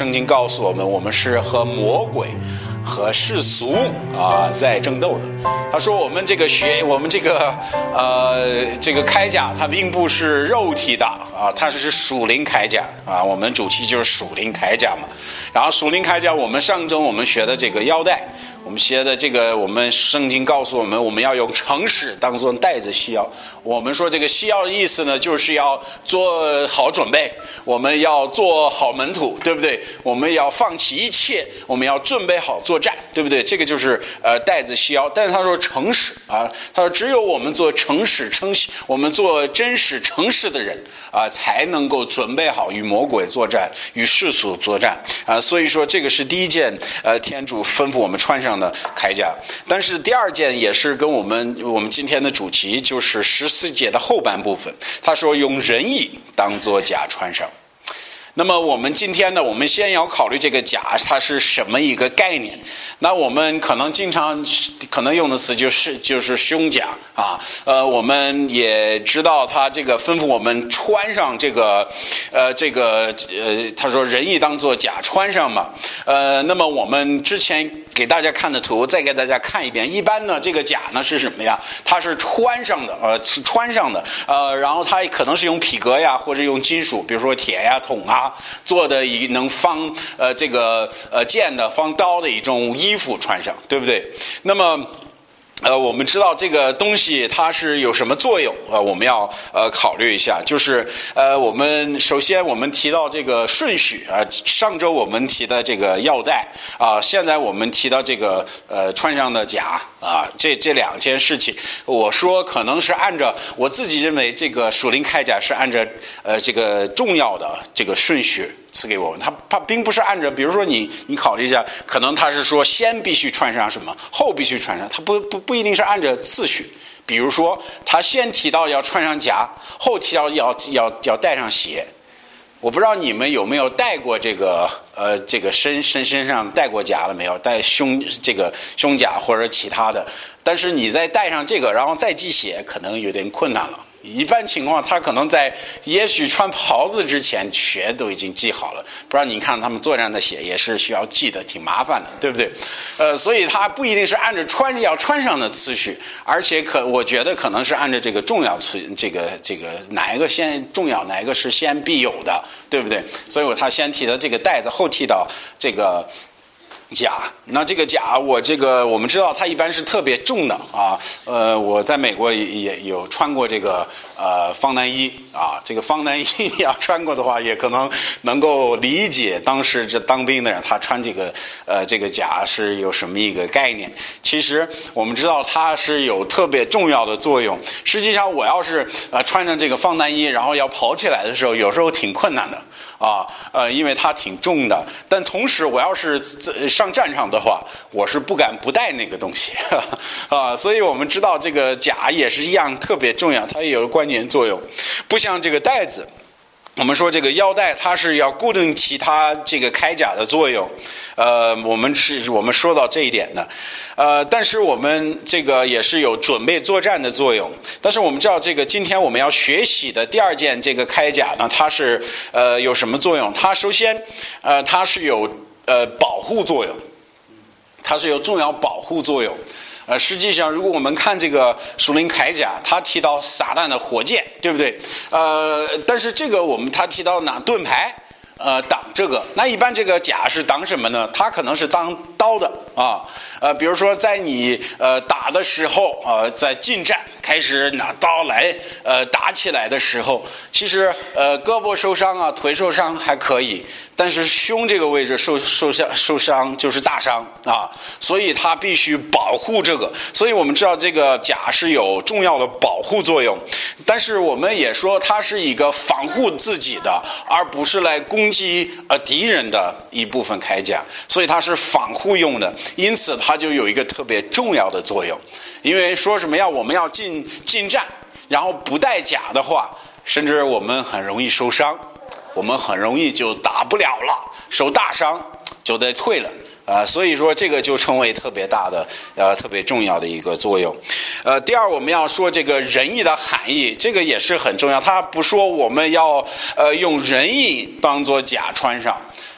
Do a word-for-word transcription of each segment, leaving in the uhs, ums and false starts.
圣经告诉我们，我们是和魔鬼和世俗啊在争斗的。他说我们这个学我们这个呃这个铠甲它并不是肉体的啊，它是属灵铠甲啊，我们主题就是属灵铠甲嘛。然后属灵铠甲，我们上周我们学的这个腰带，我们学的这个，我们圣经告诉我们，我们要用诚实当作带子系腰。我们说这个系腰的意思呢，就是要做好准备，我们要做好门徒，对不对？我们要放弃一切，我们要准备好作战，对不对？这个就是呃带子系腰。但是他说诚实啊，他说只有我们做诚实、诚实，我们做真实、诚实的人啊，才能够准备好与魔鬼作战，与世俗作战啊。所以说这个是第一件呃天主吩咐我们穿上的铠甲。但是第二件也是跟我们我们今天的主题，就是十四节的后半部分，他说用仁义当作甲穿上。那么我们今天呢，我们先要考虑这个甲它是什么一个概念。那我们可能经常可能用的词就是就是胸甲啊，呃，我们也知道他这个吩咐我们穿上这个呃这个呃，他说仁义当作甲穿上嘛。呃，那么我们之前给大家看的图再给大家看一遍。一般呢，这个甲呢是什么呀？它是穿上的，呃，是穿上的，呃，然后它可能是用皮革呀，或者用金属，比如说铁呀、铜啊做的一能放呃这个呃剑的、放刀的一种衣服穿上，对不对？那么。呃，我们知道这个东西它是有什么作用啊、呃？我们要呃考虑一下。就是呃，我们首先我们提到这个顺序啊、呃，上周我们提的这个腰带啊、呃，现在我们提到这个呃穿上的甲啊、呃，这这两件事情，我说可能是按照我自己认为这个属灵铠甲是按照呃这个重要的这个顺序赐给我们，它它并不是按照，比如说你你考虑一下，可能它是说先必须穿上什么，后必须穿上，它不不不一定是按照次序。比如说，他先提到要穿上甲，后提到要要要带上鞋。我不知道你们有没有带过这个呃这个身身身上带过甲了没有？带胸这个胸甲或者其他的，但是你再带上这个，然后再系鞋，可能有点困难了。一般情况，他可能在也许穿袍子之前鞋都已经系好了。不然你看他们作战的鞋也是需要系的，挺麻烦的，对不对？呃，所以他不一定是按照穿要穿上的次序，而且可我觉得可能是按照这个重要次这个这个哪一个先重要，哪一个是先必有的，对不对？所以我他先提到这个带子，后提到这个。甲，那这个甲，我这个我们知道它一般是特别重的啊。呃，我在美国也有穿过这个呃防弹衣啊。这个防弹衣你要穿过的话，也可能能够理解当时这当兵的人他穿这个呃这个甲是有什么一个概念。其实我们知道它是有特别重要的作用。实际上，我要是呃穿上这个防弹衣，然后要跑起来的时候，有时候挺困难的啊。呃，因为它挺重的。但同时，我要是上战场的话，我是不敢不带那个东西啊，所以我们知道这个甲也是一样特别重要，它也有关键作用，不像这个带子。我们说这个腰带它是要固定其他这个铠甲的作用，呃，我们是我们说到这一点的，呃，但是我们这个也是有准备作战的作用。但是我们知道这个今天我们要学习的第二件这个铠甲呢，它是呃有什么作用？它首先呃它是有呃保护作用，它是有重要保护作用。呃，实际上，如果我们看这个属灵铠甲，他提到撒旦的火箭，对不对？呃，但是这个我们他提到哪盾牌，呃，挡这个。那一般这个甲是挡什么呢？它可能是当刀的啊。呃，比如说在你呃打的时候，呃，在近战开始拿刀来呃打起来的时候，其实呃胳膊受伤啊，腿受伤还可以。但是胸这个位置受受伤受伤就是大伤啊，所以它必须保护这个。所以我们知道这个甲是有重要的保护作用，但是我们也说它是一个防护自己的，而不是来攻击呃敌人的一部分铠甲，所以它是防护用的，因此它就有一个特别重要的作用。因为说什么要我们要进进战，然后不带甲的话，甚至我们很容易受伤。我们很容易就打不了了，受大伤就得退了啊、呃，所以说这个就成为特别大的呃特别重要的一个作用。呃，第二我们要说这个仁义的含义，这个也是很重要。他不说我们要呃用仁义当作甲穿上，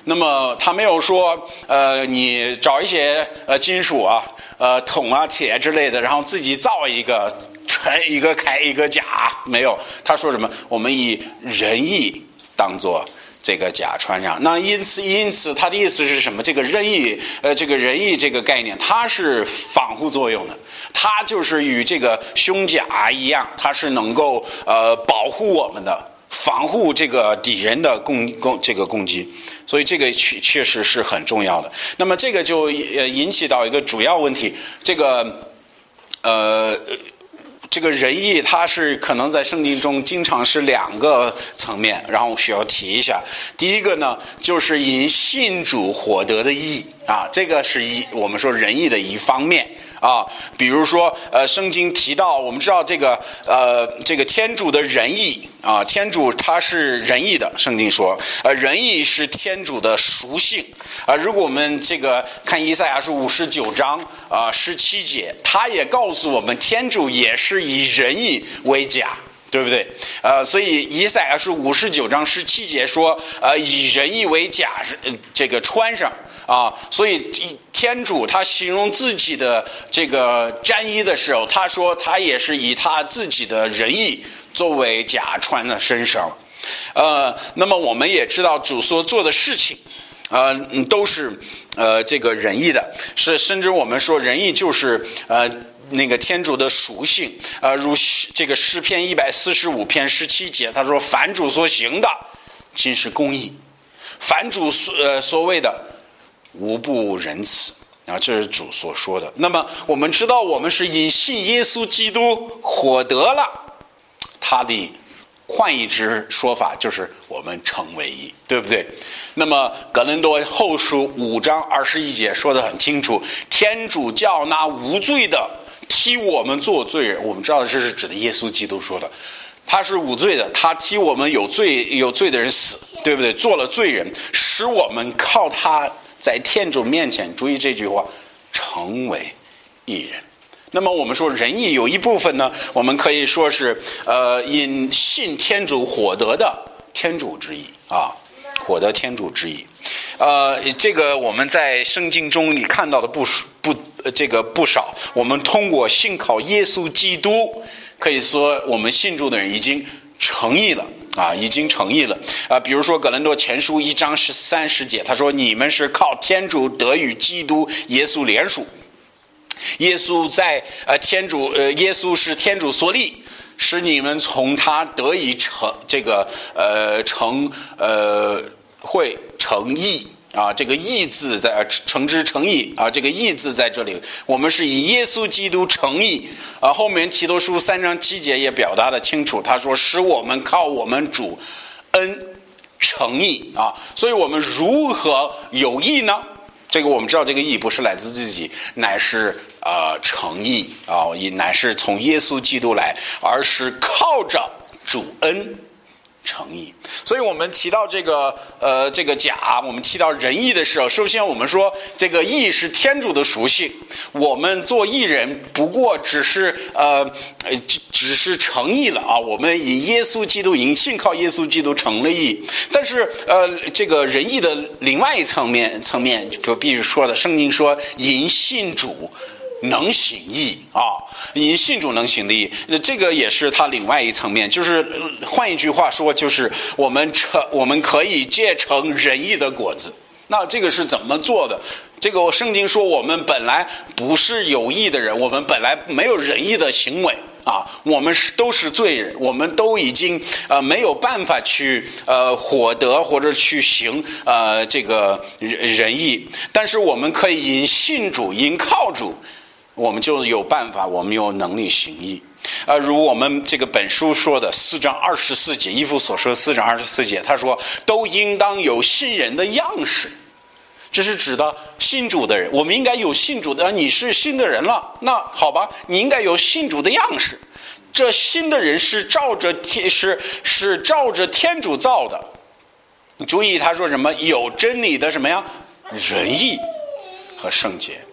那么他没有说，呃，你找一些呃金属啊，呃铜啊、铁之类的，然后自己造一个，穿一个开一个甲，没有。他说什么？我们以仁义当做这个甲穿上。那因此，因此他的意思是什么？这个仁义，呃，这个仁义这个概念，它是防护作用的，它就是与这个胸甲一样，它是能够呃保护我们的。防护这个敌人的攻攻这个攻击，所以这个确确实是很重要的。那么这个就呃引起到一个主要问题，这个呃这个仁义它是可能在圣经中经常是两个层面，然后需要提一下。第一个呢，就是因信主获得的义啊，这个是一我们说仁义的一方面。啊，比如说，呃，圣经提到，我们知道这个，呃，这个天主的仁义啊，天主他是仁义的，圣经说，呃，仁义是天主的属性啊。如果我们这个看以赛亚书五十九章啊十七节，他也告诉我们，天主也是以仁义为甲。对不对？呃，所以以赛亚书五十九章十七节说，呃，以仁义为甲，这个穿上啊。所以天主他形容自己的这个战衣的时候，他说他也是以他自己的仁义作为甲穿在身上了。呃，那么我们也知道主所做的事情，呃，都是呃这个仁义的，是甚至我们说仁义就是呃。那个天主的属性，呃，如这个诗篇一百四十五篇十七节，他说：“凡主所行的，尽是公义；凡主所呃所谓的，无不仁慈。”啊，这是主所说的。那么我们知道，我们是因信耶稣基督获得了他的。换一支说法就是我们成为义，对不对？那么哥林多后书五章二十一节说得很清楚，天主叫那无罪的替我们做罪人。我们知道这是指的耶稣基督说的，他是无罪的，他替我们有罪有罪的人死，对不对？做了罪人，使我们靠他在天主面前，注意这句话，成为义人。那么我们说仁义有一部分呢，我们可以说是呃因信天主获得的天主之义啊，获得天主之义。呃，这个我们在圣经中你看到的不不这个不少。我们通过信靠耶稣基督，可以说我们信主的人已经成义了。啊，已经成义了啊！比如说《哥林多前书》一章十三十节，他说：“你们是靠天主得与基督耶稣联属。”耶稣在呃天主呃耶稣是天主所立，使你们从他得以成这个呃成呃会成义啊，这个义字在成之成义啊，这个义字在这里，我们是以耶稣基督成义啊。后面提多书三章七节也表达得清楚，他说使我们靠我们主恩成义啊。所以我们如何有义呢？这个我们知道，这个义不是来自自己，乃是呃诚意啊，也乃是从耶稣基督来，而是靠着主恩诚意。所以我们提到这个呃这个甲，我们提到仁义的时候，首先我们说这个义是天主的属性，我们做义人不过只是呃只只是成义了啊，我们以耶稣基督因信靠耶稣基督成了义。但是呃这个仁义的另外一层面层面就必须说的，圣经说因信主能行义啊，因信主能行的义，这个也是它另外一层面。就是换一句话说，就是我们成我们可以结成仁义的果子。那这个是怎么做的？这个圣经说我们本来不是有义的人，我们本来没有仁义的行为啊，我们是都是罪人，我们都已经呃没有办法去呃获得或者去行呃这个仁义，但是我们可以因信主，因靠主。我们就有办法，我们有能力行义。呃，如我们这个本书说的四章二十四节，以弗所说四章二十四节，他说都应当有信人的样式。这是指的信主的人，我们应该有信主的，你是信的人了，那好吧，你应该有信主的样式。这信的人是照着天是是照着天主造的。注意他说什么？有真理的什么呀？仁义和圣洁。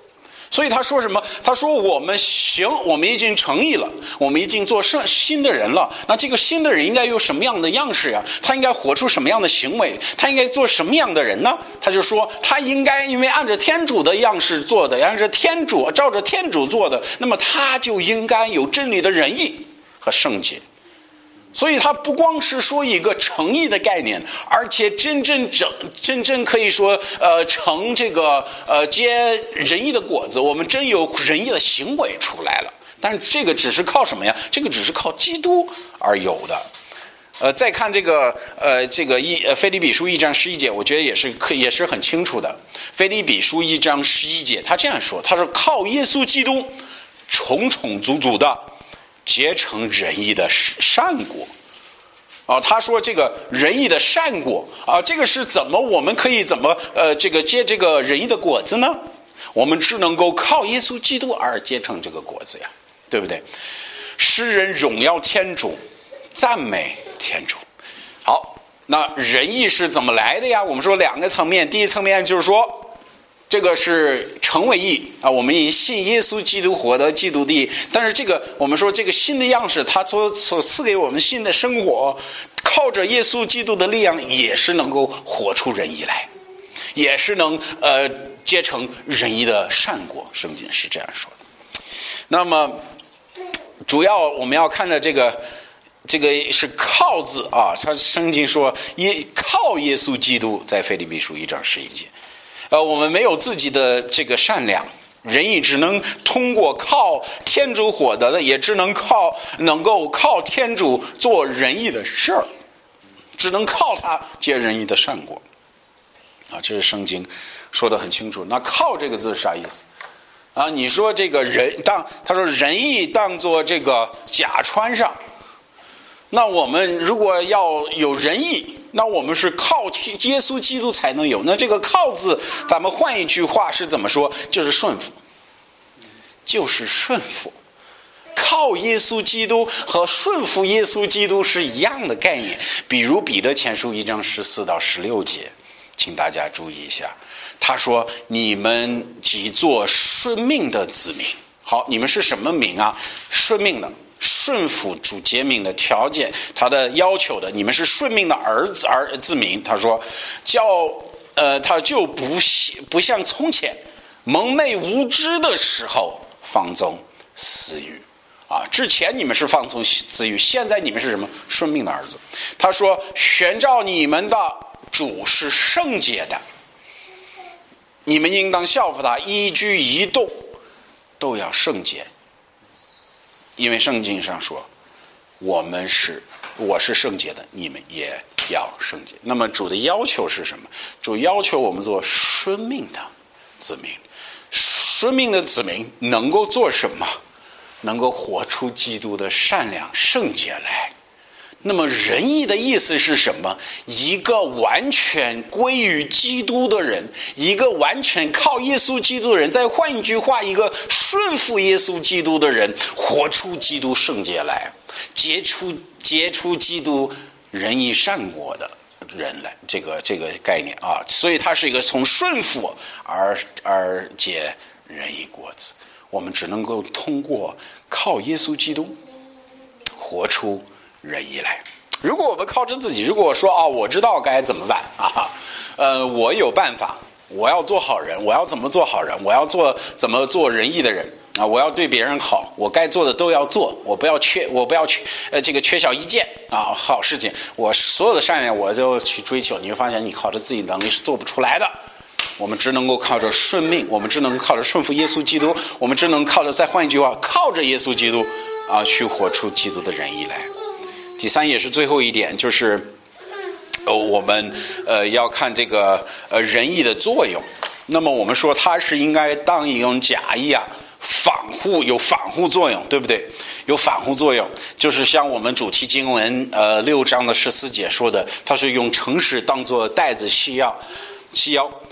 所以他说什么？他说我们行，我们已经成义了，我们已经做圣新的人了。那这个新的人应该有什么样的样式呀？他应该活出什么样的行为？他应该做什么样的人呢？他就说，他应该因为按照天主的样式做的，按照天主照着天主做的，那么他就应该有真理的仁义和圣洁。所以它不光是说一个诚意的概念，而且真正整真正可以说呃成这个呃结仁义的果子，我们真有仁义的行为出来了。但是这个只是靠什么呀？这个只是靠基督而有的。呃，再看这个呃这个一呃腓立比书一章十一节，我觉得也是可也是很清楚的。腓立比书一章十一节，他这样说，他说靠耶稣基督充充足足的结成仁义的善果。啊，他说这个仁义的善果啊，这个是怎么我们可以怎么呃这个结这个仁义的果子呢？我们只能够靠耶稣基督而结成这个果子呀，对不对？诗人荣耀天主，赞美天主。好，那仁义是怎么来的呀？我们说两个层面，第一层面就是说，这个是成为义啊，我们以信耶稣基督活得基督的义。但是这个我们说这个新的样式，它所所赐给我们新的生活，靠着耶稣基督的力量，也是能够活出仁义来，也是能呃结成仁义的善果。圣经是这样说的。那么主要我们要看的这个这个是靠字啊，他圣经说耶靠耶稣基督，在腓立比书一章十一节。呃，我们没有自己的这个善良，仁义只能通过靠天主获得的，也只能靠能够靠天主做仁义的事儿，只能靠他结仁义的善果。啊，这是圣经说得很清楚。那靠这个字是啥意思？啊，你说这个人当他说仁义当做这个甲穿上，那我们如果要有仁义，那我们是靠耶稣基督才能有。那这个靠字，咱们换一句话是怎么说？就是顺服，就是顺服。靠耶稣基督和顺服耶稣基督是一样的概念。比如彼得前书一章十四到十六节，请大家注意一下。他说：“你们即做顺命的子民。”好，你们是什么民啊？顺命的。顺服主诫命的条件，他的要求的，你们是顺命的儿子儿子民。他说，叫呃，他就不不像从前蒙昧无知的时候放纵私欲啊。之前你们是放纵私欲，现在你们是什么？顺命的儿子。他说，选召你们的主是圣洁的，你们应当效法他，一举一动都要圣洁。因为圣经上说，我们是我是圣洁的，你们也要圣洁。那么主的要求是什么？主要求我们做顺命的子民。顺命的子民能够做什么？能够活出基督的善良圣洁来。那么仁义的意思是什么？一个完全归于基督的人，一个完全靠耶稣基督的人，再换一句话，一个顺服耶稣基督的人，活出基督圣洁来，结出结出基督仁义善果的人来，这个这个概念啊，所以它是一个从顺服而而结仁义果子。我们只能够通过靠耶稣基督活出仁义来。如果我们靠着自己，如果我说啊，我知道该怎么办啊，呃，我有办法，我要做好人，我要怎么做好人，我要做怎么做仁义的人啊，我要对别人好，我该做的都要做，我不要缺，我不要缺呃这个缺少一件啊好事情，我所有的善良我就去追求，你会发现你靠着自己能力是做不出来的。我们只能够靠着顺命，我们只能靠着顺服耶稣基督，我们只能靠着，再换一句话，靠着耶稣基督啊，去活出基督的仁义来。第三也是最后一点，就是呃我们呃要看这个呃仁义的作用。那么我们说它是应该当一种假意啊，防护有防护作用，对不对？有防护作用，就是像我们主题经文呃六章的十四节说的，它是用诚实当作带子系腰系腰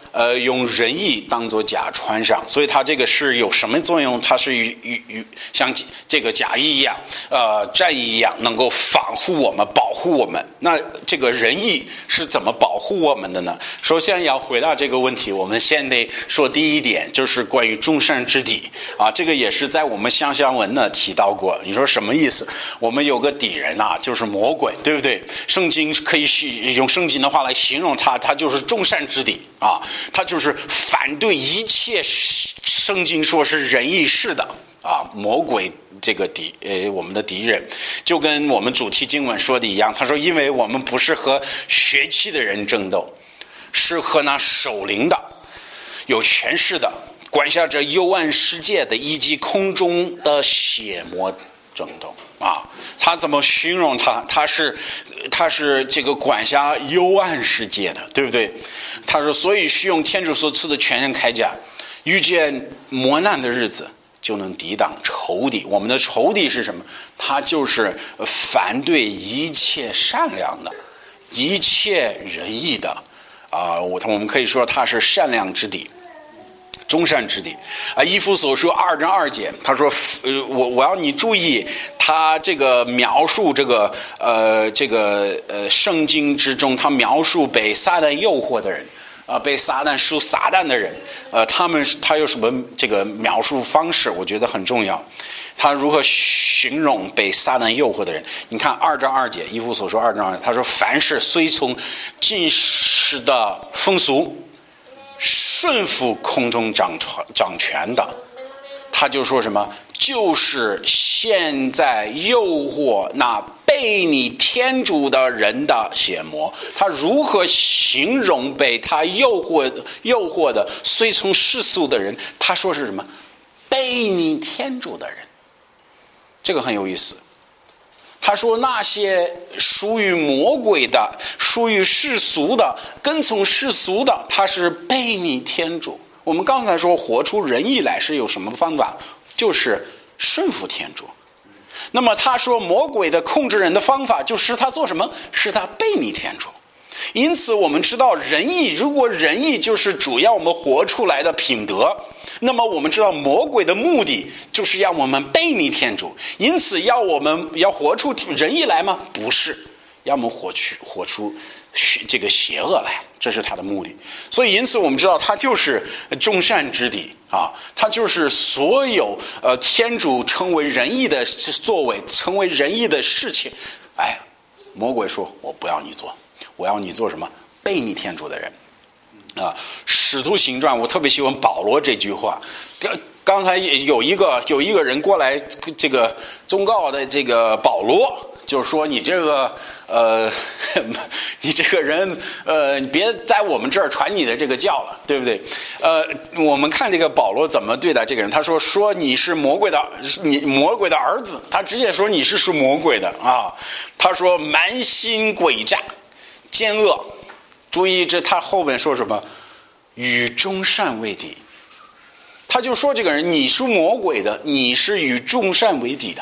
呃用仁义当做甲穿上，所以它这个是有什么作用？它是与与与像这个甲衣一样，呃战衣一样，能够防护我们、保护我们。那这个仁义是怎么保护我们的呢？首先要回答这个问题，我们先得说第一点，就是关于众善之敌啊，这个也是在我们香香文呢提到过。你说什么意思？我们有个敌人啊，就是魔鬼，对不对？圣经可以用圣经的话来形容他，他就是众善之敌啊，他就是反对一切圣经说是仁义事的啊，魔鬼这个敌呃我们的敌人，就跟我们主题经文说的一样，他说因为我们不是和血气的人争斗，是和那守灵的、有权势的、管辖着幽暗世界的以及空中的邪魔争斗啊。他怎么形容他？他是他是这个管辖幽暗世界的，对不对？他说所以需用天主所赐的全人铠甲，遇见磨难的日子就能抵挡仇敌。我们的仇敌是什么？他就是反对一切善良的、一切仁义的啊、呃，我我们可以说他是善良之敌。众善之敌啊，以弗所书二章二节，他说：“呃，我我要你注意，他这个描述这个呃这个呃圣经之中，他描述被撒旦诱惑的人啊、呃，被撒旦属撒旦的人，呃，他们他有什么这个描述方式？我觉得很重要。他如何形容被撒旦诱惑的人？你看二章二节，以弗所书二章二节，他说：凡是随从今时的风俗。”顺服空中掌掌权的，他就说什么？就是现在诱惑那背你天主的人的邪魔。他如何形容被他诱惑诱惑的随从世俗的人？他说是什么？背你天主的人。这个很有意思。他说那些属于魔鬼的、属于世俗的、跟从世俗的，他是背逆天主。我们刚才说活出仁义来是有什么方法？就是顺服天主。那么他说魔鬼的控制人的方法就是他做什么？是他背逆天主。因此我们知道仁义，如果仁义就是主要我们活出来的品德，那么我们知道魔鬼的目的就是要我们背逆天主。因此要我们要活出仁义来吗？不是，要我们活出活出这个邪恶来，这是他的目的。所以因此我们知道他就是众善之敌啊，他就是所有呃天主称为仁义的作为，成为仁义的事情，哎，魔鬼说我不要你做，我要你做什么？背逆天主的人啊。使徒行传我特别喜欢保罗这句话。刚才有一个有一个人过来这个忠告的这个保罗，就是说你这个呃你这个人呃你别在我们这儿传你的这个教了，对不对？呃我们看这个保罗怎么对待这个人。他说说你是魔鬼的你魔鬼的儿子，他直接说你是属魔鬼的啊。他说满心诡诈奸恶，注意这他后面说什么？与众善为敌。他就说这个人你是魔鬼的，你是与众善为敌的。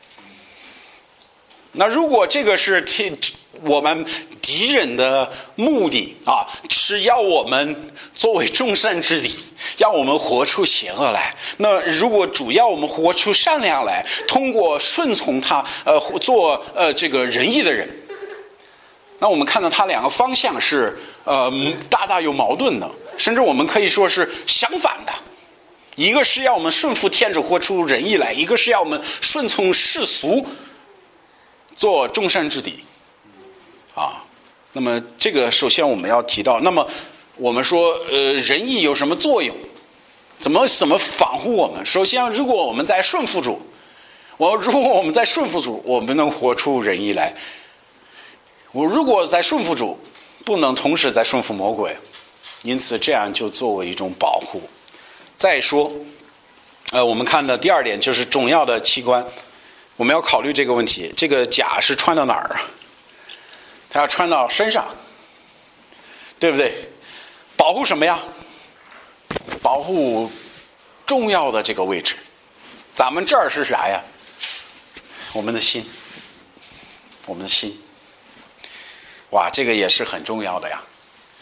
那如果这个是我们敌人的目的啊，是要我们作为众善之敌，要我们活出邪恶来。那如果主要我们活出善良来，通过顺从他呃做呃这个仁义的人，那我们看到他两个方向是呃大大有矛盾的，甚至我们可以说是相反的。一个是要我们顺服天主活出仁义来，一个是要我们顺从世俗做众善之敌啊。那么这个首先我们要提到，那么我们说呃仁义有什么作用？怎么怎么防护我们？首先如果我们在顺服主，我如果我们在顺服主，我们能活出仁义来。我如果在顺服主，不能同时在顺服魔鬼，因此这样就作为一种保护。再说呃，我们看的第二点就是重要的器官，我们要考虑这个问题，这个甲是穿到哪儿啊？它要穿到身上，对不对？保护什么呀？保护重要的这个位置。咱们这儿是啥呀？我们的心，我们的心。哇，这个也是很重要的呀。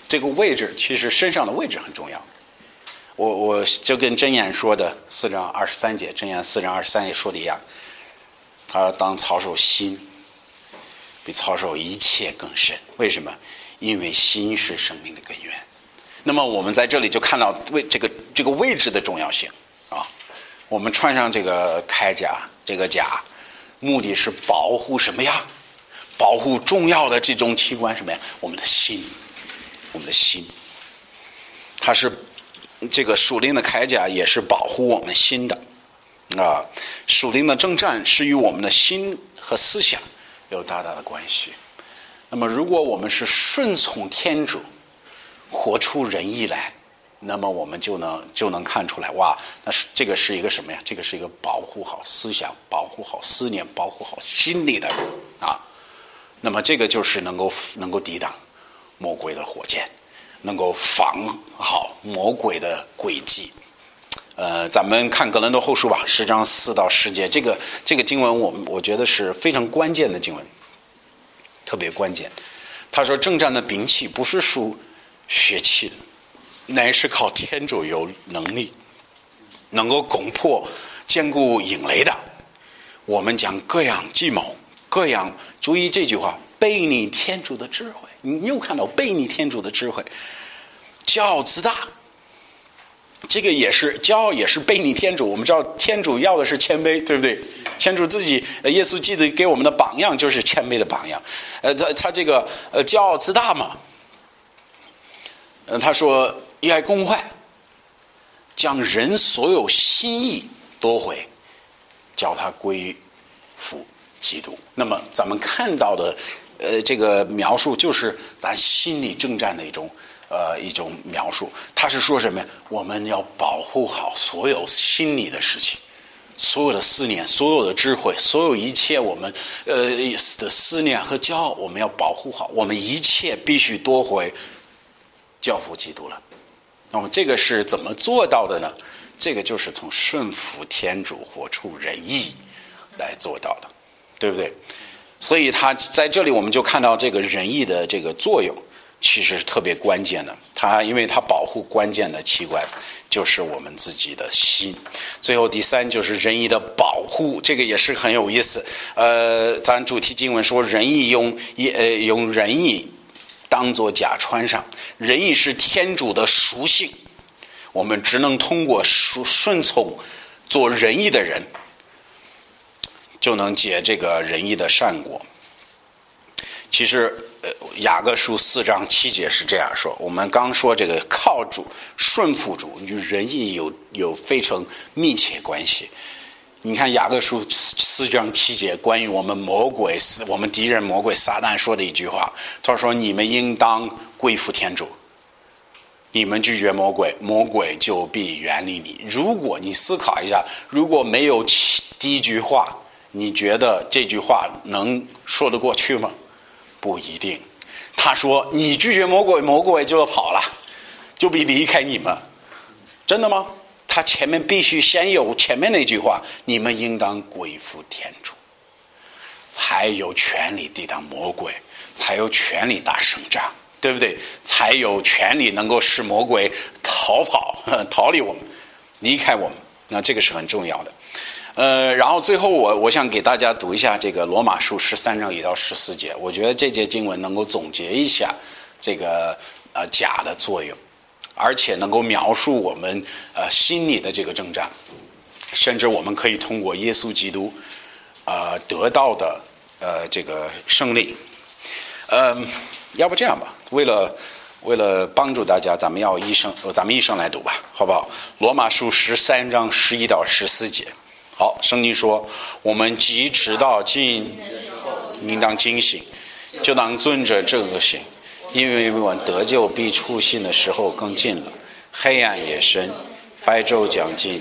这个位置其实身上的位置很重要。我我就跟箴言说的四章二十三节，箴言四章二十三节说的一样，他说当操守心比操守一切更深。为什么？因为心是生命的根源。那么我们在这里就看到位这个这个位置的重要性啊。我们穿上这个铠甲，这个甲目的是保护什么呀？保护重要的这种器官什么呀？我们的心，我们的心，它是这个属灵的铠甲，也是保护我们心的啊。属灵的征战是与我们的心和思想有大大的关系。那么，如果我们是顺从天主，活出仁义来，那么我们就能就能看出来，哇，那是这个是一个什么呀？这个是一个保护好思想、保护好思念、保护好心理的人啊。那么这个就是能够能够抵挡魔鬼的火箭，能够防好魔鬼的诡计。呃，咱们看格林多后书吧，十章四到十节，这个这个经文我们我觉得是非常关键的经文，特别关键。他说，征战的兵器不是属血气的，乃是靠天主有能力，能够攻破坚固营垒的。我们讲各样计谋。各样，注意这句话，背逆天主的智慧。你又看到背逆天主的智慧，骄傲自大，这个也是骄傲，也是背逆天主。我们知道天主要的是谦卑，对不对？天主自己，耶稣基督给我们的榜样就是谦卑的榜样。呃，他他这个呃骄傲自大嘛，呃，他说一爱公坏，将人所有心意夺回，叫他归附基督。那么咱们看到的呃这个描述就是咱心理征战的一种呃一种描述。他是说什么呀？我们要保护好所有心理的事情，所有的思念，所有的智慧，所有一切我们呃的思念和骄傲，我们要保护好。我们一切必须夺回交付基督了。那么这个是怎么做到的呢？这个就是从顺服天主，活出仁义来做到的，对不对？所以他在这里我们就看到这个仁义的这个作用其实是特别关键的。他因为他保护关键的器官就是我们自己的心。最后第三就是仁义的保护，这个也是很有意思。呃，咱主题经文说仁义用呃用仁义当作甲穿上，仁义是天主的属性，我们只能通过顺从做仁义的人就能结这个仁义的善果。其实呃，雅各书四章七节是这样说，我们刚说这个靠主顺服主与仁义有有非常密切关系。你看雅各书四章七节关于我们魔鬼我们敌人魔鬼撒旦说的一句话，他说你们应当归服天主，你们拒绝魔鬼，魔鬼就必远离你。如果你思考一下，如果没有第一句话，你觉得这句话能说得过去吗？不一定。他说你拒绝魔鬼，魔鬼就要跑了，就必离开你们。真的吗？他前面必须先有前面那句话，你们应当归服天主，才有权利抵挡魔鬼，才有权利打胜仗，对不对？才有权利能够使魔鬼逃跑逃离我们，离开我们。那这个是很重要的。呃，然后最后我我想给大家读一下这个罗马书十三章一到十四节，我觉得这节经文能够总结一下这个呃甲的作用，而且能够描述我们呃心理的这个征战，甚至我们可以通过耶稣基督呃得到的呃这个胜利。嗯、呃，要不这样吧，为了为了帮助大家，咱们要一生咱们一生来读吧，好不好？罗马书十三章十一到十四节。好，圣经说，我们既知道近，应当警醒，就当遵着这个行，因为我们得救必出信的时候更近了，黑暗也深，白昼将近。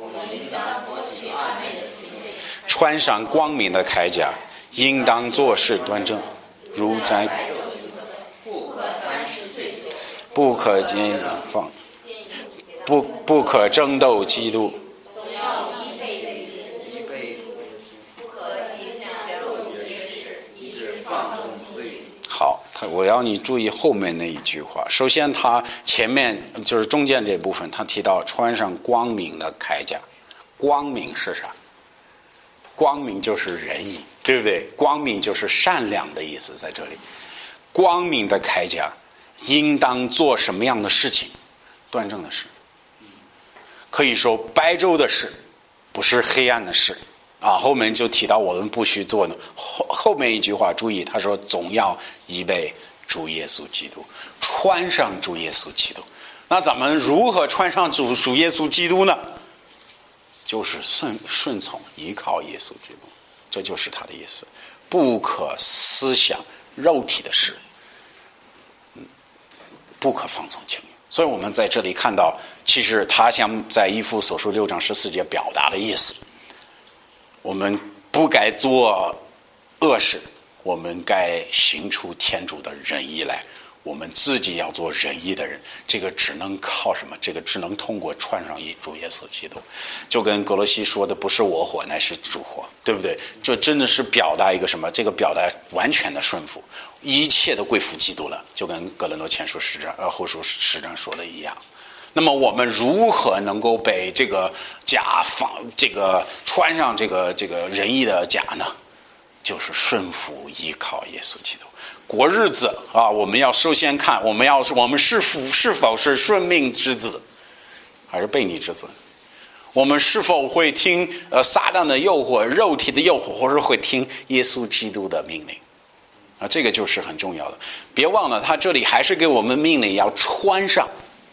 穿上光明的铠甲，应当做事端正，如在不可奸放，不不可争斗基督。好， 我要你注意后面那一句话。首先他前面就是中间这部分，他提到穿上光明的铠甲。光明是啥？光明就是仁义，对不对？光明就是善良的意思，在这里。光明的铠甲应当做什么样的事情？端正的事，可以说白昼的事，不是黑暗的事啊。后面就提到我们不许做呢。后后面一句话注意，他说总要预备主耶稣基督，穿上主耶稣基督。那咱们如何穿上主主耶稣基督呢？就是顺顺从依靠耶稣基督，这就是他的意思。不可思想肉体的事，嗯，不可放纵情欲。所以我们在这里看到，其实他想在以弗所书六章十四节表达的意思，我们不该做恶事，我们该行出天主的仁义来。我们自己要做仁义的人，这个只能靠什么？这个只能通过穿上主耶稣基督。就跟哥罗西说的，不是我活，乃是主活，对不对？这真的是表达一个什么？这个表达完全的顺服，一切都归服基督了。就跟哥林多前书十章呃后书十章说的一样。那么我们如何能够被这个甲放这个穿上这个这个仁义的甲呢？就是顺服依靠耶稣基督。过日子啊，我们要首先看，我们要我们是否是否是顺命之子，还是悖逆之子？我们是否会听呃撒旦的诱惑、肉体的诱惑，或者会听耶稣基督的命令？啊，这个就是很重要的。别忘了，他这里还是给我们命令要穿上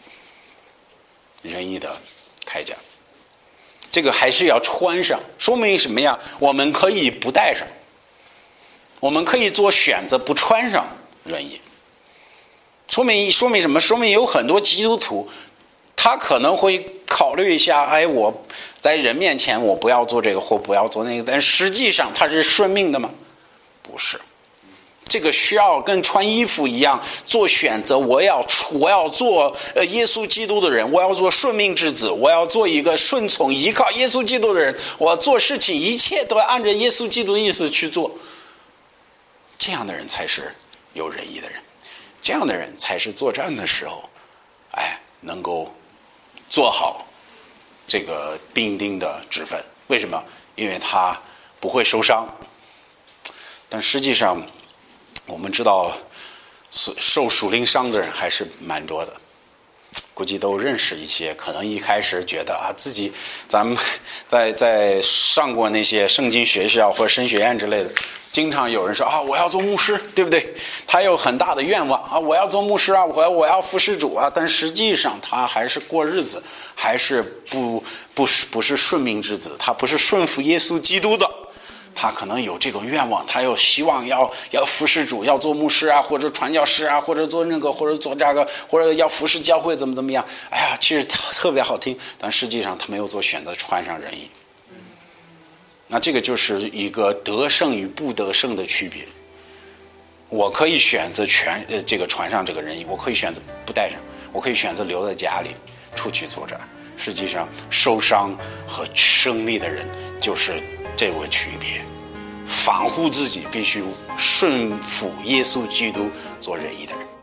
仁义的铠甲，这个还是要穿上，说明什么呀？我们可以不带上。我们可以做选择，不穿上仁义。说明说明什么？说明有很多基督徒，他可能会考虑一下，哎，我在人面前我不要做这个或不要做那个，但实际上他是顺命的吗？不是。这个需要跟穿衣服一样做选择，我要我要做呃耶稣基督的人，我要做顺命之子，我要做一个顺从依靠耶稣基督的人，我要做事情一切都要按照耶稣基督的意思去做。这样的人才是有仁义的人，这样的人才是作战的时候，哎，能够做好这个兵丁的职分。为什么？因为他不会受伤。但实际上，我们知道受属灵伤的人还是蛮多的。估计都认识一些，可能一开始觉得啊，自己咱们在在上过那些圣经学校或者神学院之类的，经常有人说啊，我要做牧师，对不对？他有很大的愿望啊，我要做牧师啊，我我要服侍主啊，但实际上他还是过日子，还是不不是不是顺命之子，他不是顺服耶稣基督的。他可能有这个愿望，他有希望要要服侍主，要做牧师啊，或者传教士啊，或者做那个，或者做这个，或者要服侍教会，怎么怎么样？哎呀，其实特别好听，但实际上他没有做选择，穿上仁义。那这个就是一个得胜与不得胜的区别。我可以选择全呃这个穿上这个仁义，我可以选择不带上，我可以选择留在家里出去作战。实际上，受伤和胜利的人就是这个区别。防护自己，必须顺服耶稣基督，做仁义的人。